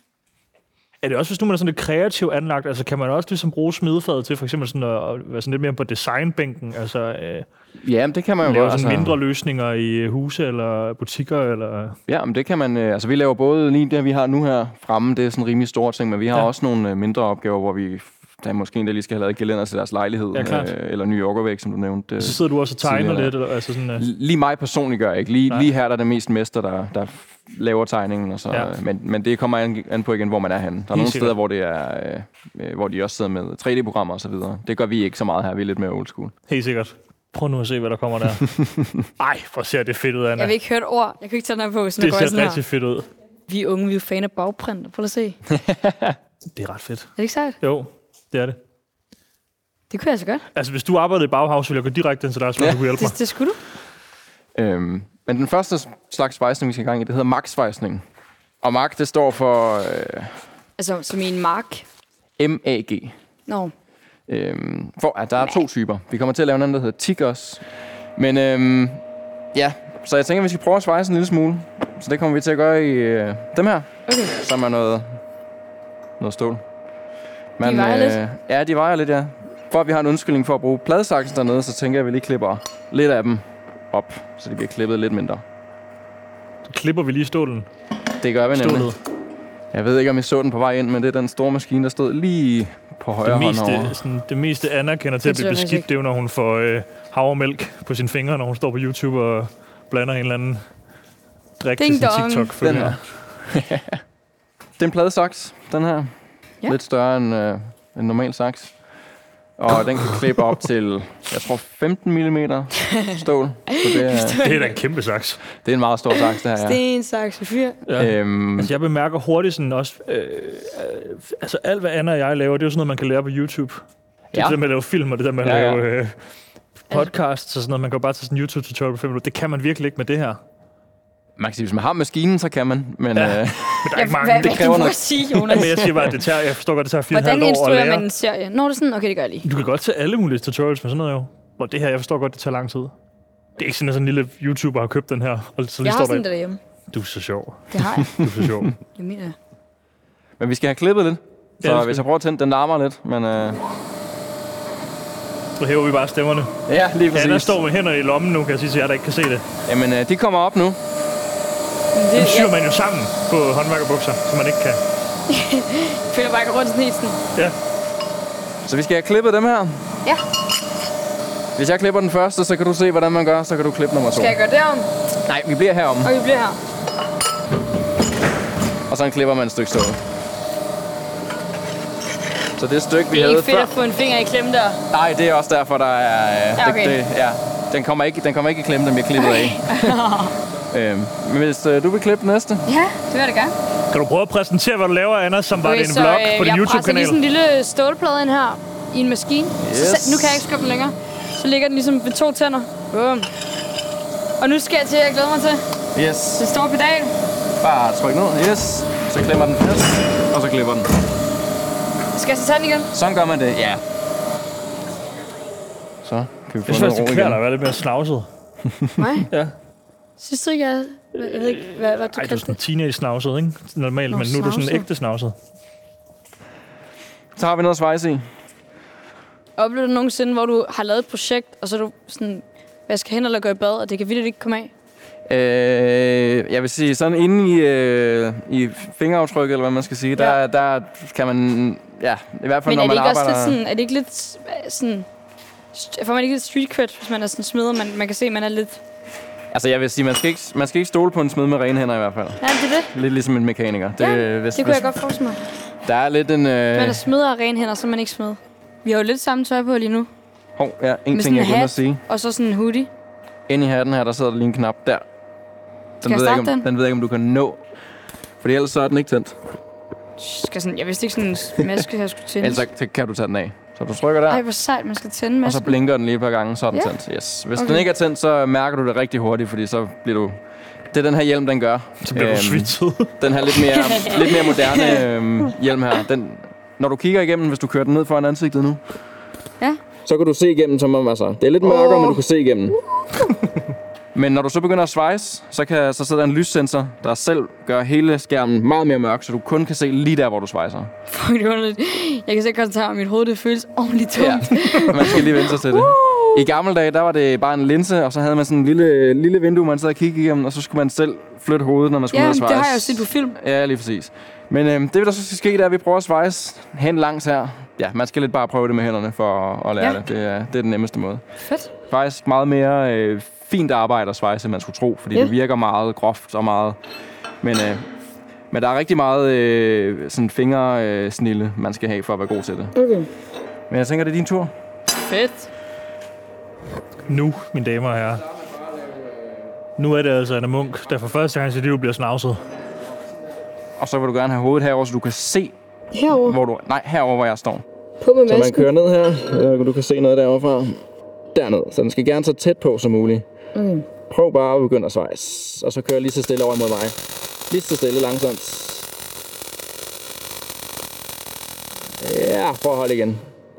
Er det også, hvis nu man er sådan lidt kreativt anlagt, altså kan man også ligesom bruge smedefaget til for eksempel sådan at, at være sådan lidt mere på designbænken, altså øh, Ja, men det kan man jo lave godt. sådan Altså, mindre løsninger i huse eller butikker, eller... ja, men det kan man... Øh, altså, vi laver både lige det, vi har nu her fremme, det er sådan en rimelig store ting, men vi har Ja. også nogle øh, mindre opgaver, hvor vi... Der er måske en, der lige skal have lavet gelænder til deres lejlighed, Ja, klart. øh, eller New Yorkervæg, som du nævnte. Øh, Så sidder du også og tegner tidligere. lidt, eller, altså sådan... Øh, lige mig personligt gør jeg ikke. Lige, Nej. lige her der er det mest mester, der, der laver tegningen. Og så, Ja. men, men det kommer an, an på igen, hvor man er henne. Der er nogle sikkert. steder, hvor, det er, øh, hvor de også sidder med tre D-programmer og så videre. Det gør vi ikke så meget her. Vi er lidt mere old school. helt sikkert. Prøv nu at se, hvad der kommer der. Ej, hvor ser det fedt ud, Anna. Jeg vil ikke høre et ord. Jeg kan ikke tage den her på, så Det går jeg ser sådan rigtig her. fedt ud. Vi er unge, vi er fan af bagprint. Prøv at se. Er Det er ret fedt. det ikke sejt? Jo, det er det. Det kunne jeg så godt. Altså, hvis du arbejdede i Bauhaus, ville jeg gå direkte ind til dig, så ja. du kunne hjælpe mig. Det, det skulle du. Øhm, men den første slags svejsning, vi skal i gang i, det hedder max-svejsning. Og mark, det står for øh, Altså, som i en mark. M A G. Nå. Øhm, for at der er to typer. Vi kommer til at lave en anden, der hedder T I G også. Men øhm, ja, så jeg tænker, at vi skal prøve at svejse en lille smule. Så det kommer vi til at gøre i øh, dem her, Okay. som er noget, noget stål. De vejer lidt? Ja, de vejer lidt, ja. For at vi har en undskyldning for at bruge pladesaksen dernede, så tænker jeg, at vi lige klipper lidt af dem op, så de bliver klippet lidt mindre. Så klipper vi lige stålen. Det gør vi nemlig. Stålet. Jeg ved ikke, om I så den på vej ind, men det er den store maskine, der stod lige på højre Det hånd herovre. meste, sådan, det meste Anna kender til Det at blive tror jeg faktisk beskidt, det er jo, når hun får øh, havremælk på sine fingre, når hun står på YouTube og blander en eller anden drik til Ding sin dong. TikTok. Den her. Det er en pladesaks, den her. Ja. Lidt større end øh, en normal saks. Og den kan klippe op til, jeg tror, femten millimeter stål. Så det, er, Det er da en kæmpe saks. det er en meget stor saks, det her. Ja. Sten, saks og fyr. Ja. Øhm, Altså, jeg bemærker hurtigt sådan også... Øh, øh, altså, alt hvad Anna og jeg laver, det er jo sådan noget, man kan lære på YouTube. Det er Ja. det der med at lave film, og det der med at Ja, ja. lave øh, podcasts og sådan noget. Man kan jo bare tage sådan en YouTube-tutorial på fem minutter. Det kan man virkelig ikke med det her. man kan sige, hvis man har maskinen, så kan man. Men Ja. øh, Men der er Ja, ikke mange. hvad, Det hvad kræver kan du noget. sige, Jonas? Men jeg siger bare, at det tager, jeg forstår godt, det tager fire og et Hvordan halvt år at instruerer lære. man en serie? Nå, det er sådan? Okay, det gør jeg lige. Du kan godt tage alle mulige tutorials med sådan noget jo. Hvor det her, jeg forstår godt, det tager lang tid. Det er ikke sådan, at sådan en lille YouTuber har købt den her. Og så lige Jeg har står sådan der. der derhjemme. Du er så sjov. Det har jeg. Du er så sjov. Det mener jeg. men vi skal have klippet lidt. Ja, Så det skal hvis jeg prøver at tænde, den larmer lidt. Men øh, Så hæver vi bare stemmerne. ja, lige præcis. Anna står med hænderne i lommen nu, kan jeg sige til jer, der ikke kan se det. Jamen, øh, de kommer op nu. Men det, Dem syr jeg man jo sammen på håndværkerbukser, så man ikke kan. føler bare, at jeg går rundt sådan helt sådan. Ja. Så vi skal have klippet dem her. Ja. Hvis jeg klipper den første, så kan du se, hvordan man gør. Så kan du klippe nummer to. Skal jeg gøre derom? Nej, vi bliver herom. Og vi bliver her. Og så klipper man et stykke stål. Så det stykke, vi Det er havde ikke fedt før... at få en finger i klemme der. Nej, det er også derfor, der er... Øh, Ja, okay. det, det, ja. Den kommer ikke, den kommer ikke i klemme, den bliver klippet af. øhm, men hvis øh, du vil klippe den næste... Ja, det vil jeg da gerne. Kan du prøve at præsentere, hvad du laver, Anna, som var det en så, vlog øh, på din jeg presser lige YouTube-kanal? sådan en lille stålplade ind her i en maskine. Yes. Så, nu kan jeg ikke skubbe den længere. Så ligger den ligesom ved to tænder. Boom. Og nu skal jeg til, jeg glæder mig til. Yes. Det står pedal. Bare tryk ned. Yes. Så klemmer den. Yes. Og så klipper den. Skal jeg så tage den igen? Sådan gør man det, ja. Så kan vi Jeg få synes noget faktisk, ro det klæder dig igen. at være lidt mere snavset. Nej. Ja. Synes du ikke, jeg... Jeg ved ikke, hvad, hvad du Ej, du er kaldte sådan det? teenage-snavset, ikke? Normalt, Nå, men nu er du sådan snavset. ægte snavset. Så har vi noget at svejse i. Oplever du nogensinde, hvor du har lavet et projekt, og så er du sådan vasker hænder eller går i bad, og det kan vildt ikke komme af? Øh, jeg vil sige, sådan inde i, øh, i fingeraftrykket, eller hvad man skal sige, der, Ja. der kan man, ja, i hvert fald Men er når det man ikke arbejder... også lidt sådan... Er det ikke lidt sådan... Får man ikke lidt street cred, hvis man er sådan smider? Man, man kan se, at man er lidt... Altså, jeg vil sige, man skal ikke, man skal ikke stole på en smed med rene hænder i hvert fald. Ja, det er det. Lidt ligesom en mekaniker. Det, Ja, hvis, Det kunne hvis, jeg godt forestille mig. Der er lidt en... Øh... Man er smider og ren hænder, så er man ikke smed. Vi har jo lidt samme tøj på lige nu. Hov, ja, en Med ting, sådan jeg en glemte hat. at sige. Og så sådan en hoodie. Inde i hatten her, der sidder der lige en knap der. jeg ved jeg starte ikke, om, den? den ved jeg ikke, om du kan nå. Fordi ellers så er den ikke tændt. Skal sådan, jeg vidste ikke sådan en maske, jeg skulle tænde. Ellers så kan du tage den af. Så du trykker der, Ej, hvor sejt, man skal tænde og masken. så blinker den lige et par gange, så er den Ja. tændt. Yes. Hvis Okay. den ikke er tændt, så mærker du det rigtig hurtigt, fordi så bliver du... Det er den her hjelm, den gør. Så bliver du svitset. Den her lidt mere, lidt mere moderne øhm, hjelm her. Den, når du kigger igennem, hvis du kører den ned foran ansigtet nu, Ja. så kan du se igennem, som om altså, det er lidt mørkere, oh. men du kan se igennem. Men når du så begynder at svejse, så, kan, så sidder der en lyssensor, der selv gør hele skærmen meget mere mørk, så du kun kan se lige der, hvor du svejser. Fuck, det var lidt. Jeg kan så ikke koncentrere mig, mit hoved, det føles ordentligt tungt. Ja. Man skal lige vente sig til det. I gamle dage, der var det bare en linse, og så havde man sådan en lille, lille vindue, man sad og kiggede igennem, og så skulle man selv flytte hovedet, når man skulle Ja, ned og det svejse. har jeg jo set på film. Ja, lige præcis. Men øhm, det, der så skal ske, det er, at vi prøver at svejse hen langs her. Ja, man skal lidt bare prøve det med hænderne for at, at lære Ja. det. Det er, det er den nemmeste måde. Fedt. Faktisk meget mere øh, fint arbejde at svejse, end man skulle tro, fordi Ja. det virker meget groft og meget... Men, øh, men der er rigtig meget øh, sådan fingersnille, øh, man skal have for at være god til det. Okay. Men jeg tænker, det er din tur. Fedt. Nu, mine damer og herrer. Nu er det altså Anna Munk, der for første gang i sit liv bliver snavset. Og så vil du gerne have hovedet herover, så du kan se, Herovre. hvor du... Nej, herover hvor jeg står. På med Så man masken. kører ned her, og du kan se noget derovre fra. Derned. Så den skal gerne så tæt på som muligt. Okay. Prøv bare at begynde at svejse. Og så kører lige så stille over mod mig. Lige så stille, langsomt. Ja, prøv at holde igen.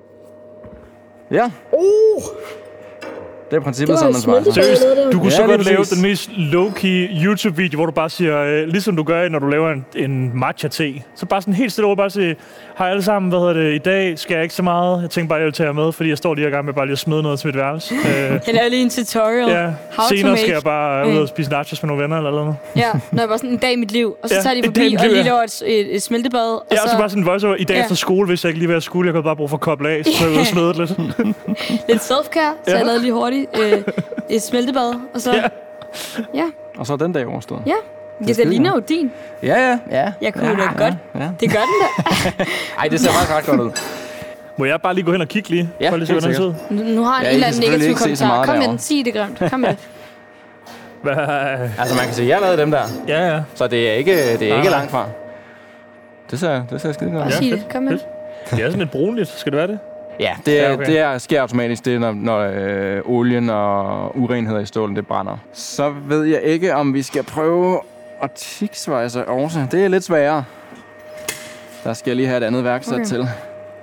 Ja. Uh, Det er i princippet Det sådan, var man svejser. smeltet. Seriøst, du kunne Ja, så lige godt lave præcis. den mest low-key YouTube-video, hvor du bare siger, øh, ligesom du gør, når du laver en, en matcha-te. Så bare sådan helt stille over, bare sige, hej alle sammen, hvad hedder det, i dag skal jeg ikke så meget. Jeg tænker bare, jeg vil tage jer med, fordi jeg står lige i gang med bare lige at smide noget til mit værelse. Øh, jeg lavede lige en tutorial. ja, How to senere make. skal jeg bare ud Mm. og spise nachos med nogle venner eller noget. Ja, når jeg var sådan en dag i mit liv. Og så Ja, tager de en dag i forbi mit og liv, lige ja. laver et, et, et smeltebad. Og Ja, så og så bare sådan en voiceover. I dag Ja. efter skole, hvis jeg ikke lige vil have skole, jeg kunne bare bruge for at koble af, så jeg ud og smide det lidt. lidt self-care. Så Ja. jeg lavede lige hurtigt øh, et smeltebad. Og så, Ja. ja. Og så er den dag overstået. Ja. Ja, det skide ligner godt. jo din. Ja, ja. ja. Jeg kunne ja, da godt. Ja. Det gør den da. Ej, det ser faktisk ret godt ud. Må jeg bare lige gå hen og kigge lige? Ja, for lige at se, helt hvordan det ser ud? Nu, nu har han Ja, en I eller kan anden selvfølgelig negativ ikke se så kommentar. meget Kom med derovre. den. Sig det grimt. Kom med det. Hvad? Altså, man kan se, at jeg lavede dem der. Ja, ja. Så det er ikke, det er ikke Ah. langt fra. Det ser, det ser skide godt Bare ud. Ja, sig fedt, det. Kom med det. Det er sådan lidt brunligt. Skal det være det? Ja, det, Ja, er, okay. det er, sker automatisk, det er, når, når øh, olien og urenheder i stålen, det brænder. Så ved jeg ikke, om vi skal prøve at tiksvejse også. Det er lidt sværere. Der skal jeg lige have et andet værksæt Okay. til.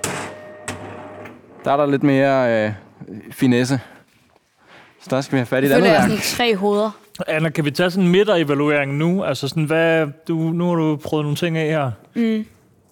Der er der lidt mere øh, finesse. Så der skal vi have fat i et Jeg andet føler, jeg er værk. sådan tre hoveder. Anna, kan vi tage sådan en midterevaluering nu? Altså sådan, hvad... Du, nu har du prøvet nogle ting af her. Mm.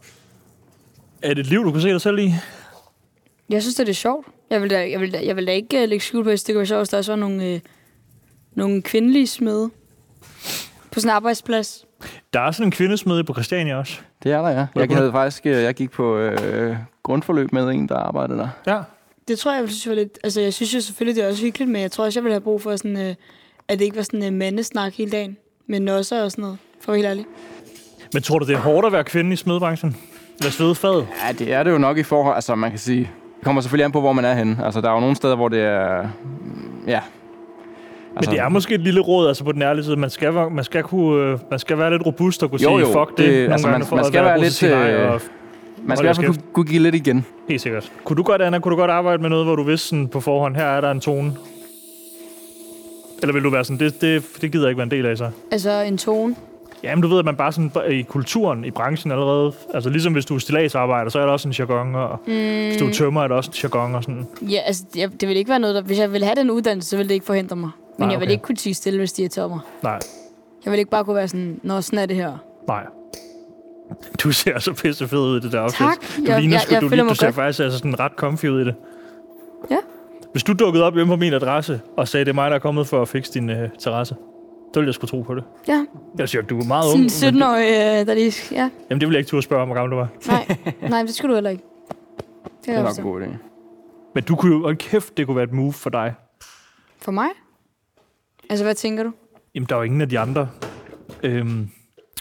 Er det et liv, du kan se dig selv i? Jeg synes, det er sjovt. Jeg vil da, jeg vil da, jeg vil da ikke uh, lægge skjul på, hvis det kunne være sjovt, hvis der også var nogle, uh, nogle kvindelige smede på sådan en arbejdsplads. Der er sådan en kvindesmede på Christiania også. Det er der, ja. Hvad Jeg kunne havde faktisk, øh, jeg gik på øh, grundforløb med en, der arbejdede der. Ja. Det tror jeg, jeg synes var lidt... Altså, jeg synes jo selvfølgelig, det er også hyggeligt, men jeg tror også, jeg vil have brug for sådan, uh, at det ikke var sådan en uh, mandesnak hele dagen. Men også og sådan noget, for at være helt ærlig. Men tror du, det er hårdt at være kvinde i smedebranchen? Eller svedefaget? Ja, det er det jo nok i forhold... Altså, man kan sige... Det kommer selvfølgelig an på, hvor man er henne. Altså, der er jo nogle steder, hvor det er... Ja. Altså, Men det er måske et lille råd, altså på den ærlige side. Man skal, være- man skal, kunne, øh, man skal være lidt robust og kunne Jo, sige, jo, fuck det, det- nogle altså, gange man- for man at skal være god til lidt, at sige nej, øh, og man skal hold i hvert fald jeres kunne, kunne give lidt igen. helt sikkert. Kunne du godt, Anna, kunne du godt arbejde med noget, hvor du vidste sådan på forhånd, her er der en tone? Eller vil du være sådan, det, det, det gider jeg ikke være en del af så? Altså, en tone. Jamen, du ved, at man bare sådan i kulturen, i branchen allerede, altså ligesom hvis du er stilladsarbejder, så er der også en jargon, og Mm, hvis du er tømmer, er der også en jargon og sådan. ja, altså, jeg, det vil ikke være noget, der... Hvis jeg ville have den uddannelse, så ville det ikke forhindre mig. Men Nej, jeg vil okay. ikke kunne tige stille, hvis de er tommer. Nej, Jeg vil ikke bare kunne være sådan, nå, sådan er det her. nej. Du ser så pisse fed ud i det der outfit. Tak. Du Jeg- ligner jeg- sgu, jeg du, føler du mig ser godt. faktisk altså sådan ret comfy ud i det. Ja. Hvis du dukkede op hjemme på min adresse og sagde, det er mig, der er kommet for at fikse din øh, terrasse, så ville jeg sgu tro på det. Ja, Jeg siger, du er meget sådan ung. en men- sytten-årig, øh, der lige... Ja, Jamen, det vil jeg ikke turde spørge om, hvor gammel du var. nej. Nej, det skulle du heller ikke. Det Det kan er jeg nok forstå. en god idé. Men du kunne jo, og kæft, det kunne være et move for dig. For mig? Altså, hvad tænker du? Jamen, der er jo ingen af de andre øhm,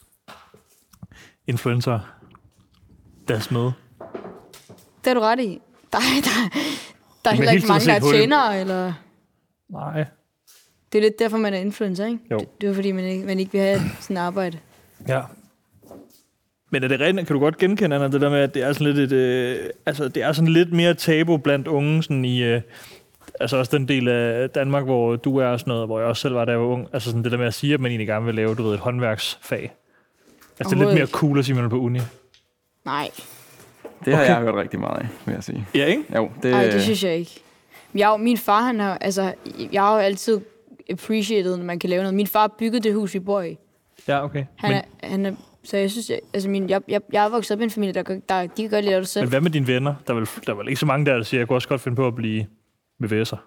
influencer, der er smed. Det er du ret i. Der, er- der, der er Men heller hele ikke tiden mange, der set er hul i- tjenere, eller... Nej. Det er lidt derfor, man er influencer, ikke? Jo. Det, det er fordi, man ikke, man ikke vil have sådan et arbejde. Ja. Men er det rent, kan du godt genkende, Anna, det der med, at det er sådan lidt, et, øh, altså, det er sådan lidt mere tabu blandt unge, sådan i, øh, altså også den del af Danmark, hvor du er og sådan noget, hvor jeg også selv var, da jeg var ung, altså sådan det der med at sige, at man egentlig gerne vil lave, du ved, et håndværksfag. Altså det er lidt mere cool at sige, man er på uni. Nej. Det har Okay. jeg hørt rigtig meget af, vil jeg sige. Ja, ikke? Jo, det... Nej, det synes jeg ikke. Jeg, min far, han har, altså, jeg har jo altid appreciated, når man kan lave noget. Min far byggede det hus, vi bor i. Ja, okay. Han Men, er, han er, så jeg synes, jeg, altså min, jeg, jeg, jeg er vokset op i en familie, der, gør- der de kan godt lave det selv. men hvad med dine venner? Der er, vel, der er vel ikke så mange der, der siger, at jeg kunne også godt finde på at blive V V S'er.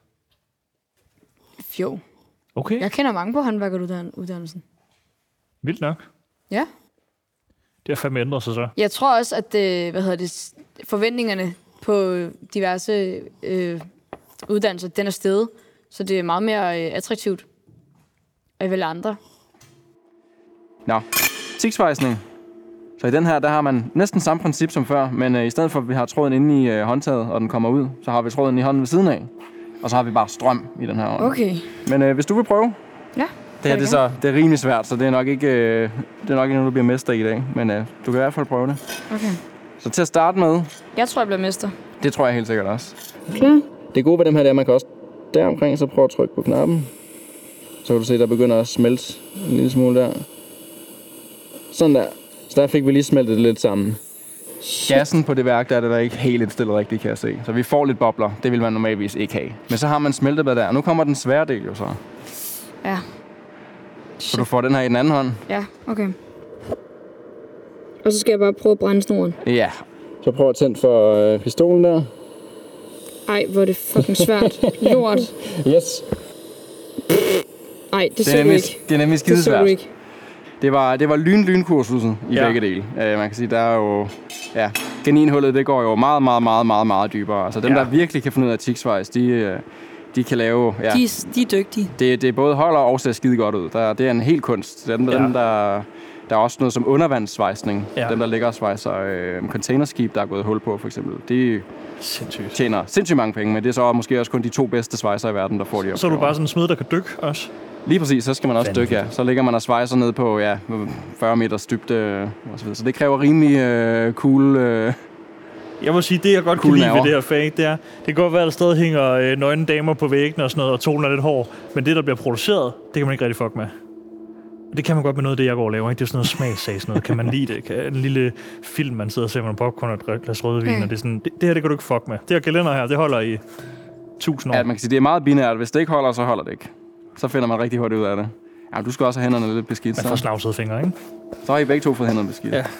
Jo. Okay, Jeg kender mange på håndværkeruddannelsen. vildt nok. Ja. Det har fandme ændret sig så. Jeg tror også, at øh, hvad hedder det, forventningerne på diverse øh, uddannelser, den er steget. Så det er meget mere øh, attraktivt at vælge andre. Nå, tiksvejsning. Så i den her, der har man næsten samme princip som før, men øh, i stedet for, at vi har tråden inde i øh, håndtaget, og den kommer ud, så har vi tråden i hånden ved siden af. Og så har vi bare strøm i den her hånd. Okay. Men øh, hvis du vil prøve, Ja. det her det er, så, det er rimelig svært, så det er nok ikke, øh, det er nok ikke noget, du bliver mester i dag. Men øh, du kan i hvert fald prøve det. Okay. Så til at starte med, Jeg tror, jeg bliver mester. det tror jeg helt sikkert også. Okay. Det gode ved dem her, det er, at man kan også deromkring, så prøve at trykke på knappen. Så kan du se, der begynder at smelte en lille smule der. Sådan der. Så der fik vi lige smeltet det lidt sammen. Gassen på det værk, der er det der ikke helt indstillet rigtigt, kan jeg se. Så vi får lidt bobler. Det vil man normalvis ikke have. Men så har man smeltet hvad der. Og nu kommer den svære del jo så. Ja. Så du får den her i den anden hånd. Ja, okay. Og så skal jeg bare prøve at brænde snoren. Ja. Så prøv at tænde for øh, pistolen der. Ej, hvor er det fucking svært. Lort. Yes. Ej, det, Det så er du nemlig, ikke. det er nemlig Det så du skidesvært. ikke. Det var, det var lyn-lyn-kursuset i Ja. begge dele. Uh, man kan sige, der er jo... Ja, kaninhullet, det går jo meget, meget, meget, meget, meget dybere. Altså dem, Ja. der virkelig kan finde ud af tiksvejs, de, øh, de kan lave... Ja, De, er- de er dygtige. det, det både holder og ser skide godt ud. Der, det er en helt kunst. Dem, Ja. dem, der, der er også noget som undervandssvejsning. Ja. Dem, der ligger og svejser øh, containerskib, der er gået hul på, for eksempel. De Sindssygt. tjener sindssygt mange penge, men det er så måske også kun de to bedste svejser i verden, der får de Så er du opgaver. bare sådan en smed, der kan dykke også. Lige præcis, så skal man også Vanvittigt. dykke, ja. Så ligger man og svejser ned på ja, fyrre meters dybde og så videre. Så det kræver rimelig øh, cool... Øh, Jeg må sige, det jeg godt Cool kan lide ved nerver. det her fag, det er, det kan godt være, at der stadig hænger øh, nøgne damer på væggene og sådan noget, og tonen er lidt hård, men det, der bliver produceret, det kan man ikke rigtig fuck med. Det kan man godt med noget af det, jeg går og laver, ikke? Det er sådan noget smagsag, sådan noget. Kan man lide det? Kan, en lille film, man sidder og ser med popcorn og et glas rødvin, Mm. og det er sådan, det, det her, det kan du ikke fuck med. Det her gelænder her, det holder i tusind år. at man kan sige, det er meget binært. Hvis det ikke holder, så holder det ikke. Så finder man rigtig hurtigt ud af det. Ja, du skal også have hænderne lidt beskidt. Man får Så, snavsede fingre, ikke? så har I begge to fået hænderne beskidt. Ja.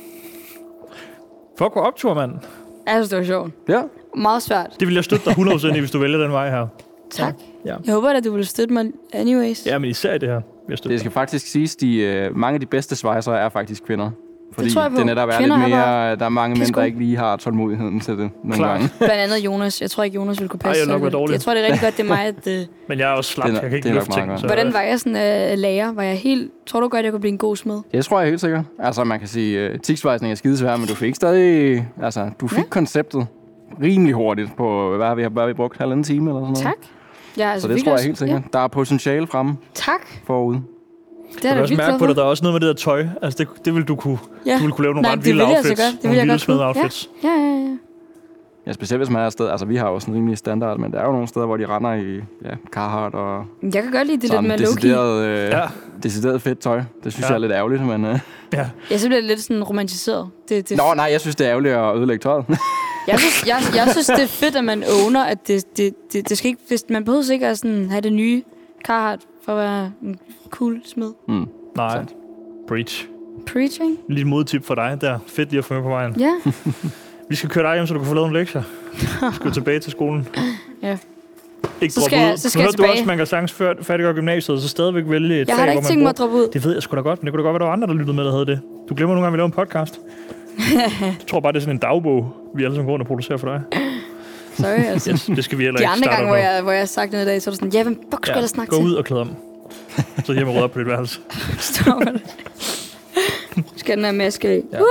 Fuck, hvor optur, mand. Jeg synes, det var sjovt. Ja. Meget svært. Det vil jeg støtte dig hundrede procent i, hvis du vælger den vej her. Tak. Ja. Jeg håber at du vil støtte mig anyways. Ja, men især i det her. vil Jeg støtte Det skal faktisk siges, de øh, mange af de bedste svejsere er faktisk kvinder. Fordi tror jeg på. det netop er Kvinder lidt har mere... Der er mange mænd, Pissegod. der ikke lige har tålmodigheden til det nogle Klart. gange. Blandt andet Jonas. Jeg tror ikke, Jonas ville kunne passe. Ej, jeg er nok selv. været dårlig. Jeg tror, det er rigtig godt, det er mig, at... Øh, Men jeg er også slap, Det er- jeg kan ikke det er nok løfte meget ting. godt. Så, hvordan var jeg sådan øh, lærer? Var jeg helt... Tror du godt, jeg kunne blive en god smed? Jeg tror jeg helt sikkert. Altså, man kan sige, uh, tiksvejsning er skidesvært, men du fik stadig... Altså, du fik Ja. konceptet rimelig hurtigt på... Hvad har vi, hvad har vi brugt? Halvanden time eller sådan noget? Tak. Ja, altså, Så det virkelig tror jeg også- helt sikkert. Der er potentiale fremme Ja. Tak. forude. Det Jeg er kan da også vildt mærke glad på for. dig, der er også noget med det der tøj. Altså, det, det vil du kunne, Ja. du vil kunne lave nogle Nej, ret det vilde vil jeg altså outfits. godt. Det vil nogle jeg vilde godt smede kunne. outfits. Ja, ja, ja. Ja, specielt hvis man er afsted. Altså, vi har jo sådan rimelig standard, men der er jo nogle steder, hvor de render i ja, Carhartt og Jeg kan godt lide det lidt sådan mere low-key. decideret, øh, Ja. ja. decideret fedt tøj. Det synes Ja. ja. jeg er lidt ærgerligt, men... Øh... Ja. Jeg synes, det er lidt sådan romantiseret. Det, det, Nå, nej, jeg synes, det er ærgerligt at ødelægge tøjet. Jeg synes, jeg, jeg synes, det er fedt, at man owner, at det, det, det, det skal ikke... Hvis, man behøver ikke at sådan, have det nye Carhartt for at være en cool smed. mm. Nej. Sandt. Preach. Preaching? Lille modtip for dig der. Fedt lige at få med på vejen. Ja. Vi skal køre dig hjem, så du kan få lavet nogle lektier. Vi skal tilbage til skolen. Ja. Ikke Så droppe skal jeg- ud. så skal Du jeg hørte du tilbage. også, man kan sagtens før, færdiggøre gymnasiet, så stadigvæk vælge et Jeg fag, har da hvor ikke man tænkt mig at bruger... droppe ud. Det ved jeg sgu da godt, men det kunne da godt være, der var andre, der lyttede med, der havde det. Du glemmer nogle gange, vi laver en podcast. Jeg tror bare, det er sådan en dagbog, vi alle sammen går rundt og producerer for dig. Sorry, altså. Yes, det skal vi heller De ikke andre starte gange, op hvor med. jeg, hvor jeg har sagt noget i dag, så er det sådan, ja, hvem fuck skal Ja, der snakke gå til? ud og klæde om. Så hjemme og rydde op på dit værelse. Stop det. Skal den her maske af? Ja. Uh!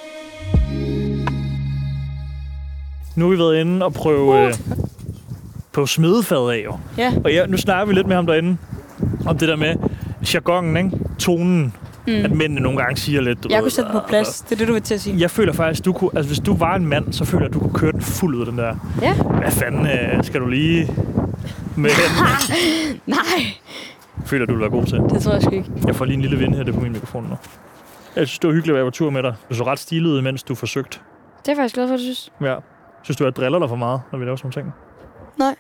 Nu har vi været inde og prøve øh, på på smedefadet af, jo. Ja. Og ja, nu snakker vi lidt med ham derinde, om det der med jargonen, ikke? Tonen, mm. at mændene nogle gange siger lidt... Jeg kunne sætte den på plads, det er det, du vil til at sige. Jeg føler faktisk, du kunne... Altså, hvis du var en mand, så føler jeg, at du kunne køre den fuld ud af den der. Ja. Hvad fanden øh, skal du lige... med den? Nej. Føler du, du er god til. Det tror jeg sgu ikke. Jeg får lige en lille vind her, det er på min mikrofon nu. Jeg synes, det var hyggeligt at være på tur med dig. Du så ret stilet ud, mens du forsøgte. Det er jeg faktisk glad for, at du synes. Ja. Synes du, jeg driller dig for meget, når vi laver sådan nogle ting? Nej.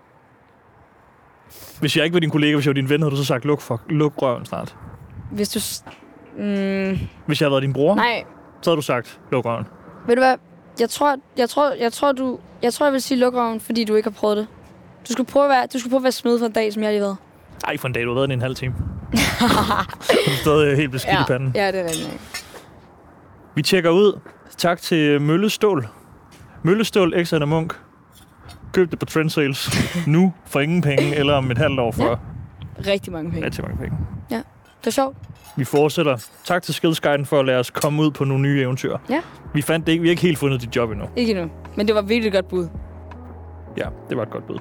Hvis jeg ikke var din kollega, hvis jeg var din ven, havde du så sagt, luk, for, luk røven snart. Hvis du... S- mm, Hvis jeg havde været din bror, nej. så havde du sagt, luk røven. Ved du hvad? Jeg tror, jeg tror, jeg tror, du... Jeg tror, jeg vil sige luk røven, fordi du ikke har prøvet det. Du skulle prøve at være, du skulle prøve at være smed for en dag, som jeg lige har været. Ej, for en dag, du har været i en halv time. Du er stadig helt beskidt ja. i panden. Ja, det er rigtigt. Vi tjekker ud. Tak til Møllestål. Møllestål x Anna Munk. Køb det på Trend Sales nu for ingen penge, eller om et halvt år for Ja. Rigtig mange penge. rigtig mange penge. Ja, det er sjovt. Vi fortsætter. Tak til Skillsguiden for at lade os komme ud på nogle nye eventyr. Ja. Vi fandt det ikke. Vi har ikke helt fundet dit job endnu. Ikke endnu. Men det var virkelig et godt bud. Ja, det var et godt bud.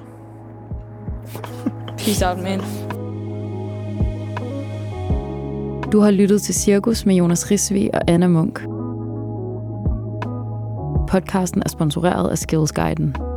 Peace out, man. Du har lyttet til Cirkus med Jonas Risvig og Anna Munk. Podcasten er sponsoreret af Skillsguiden.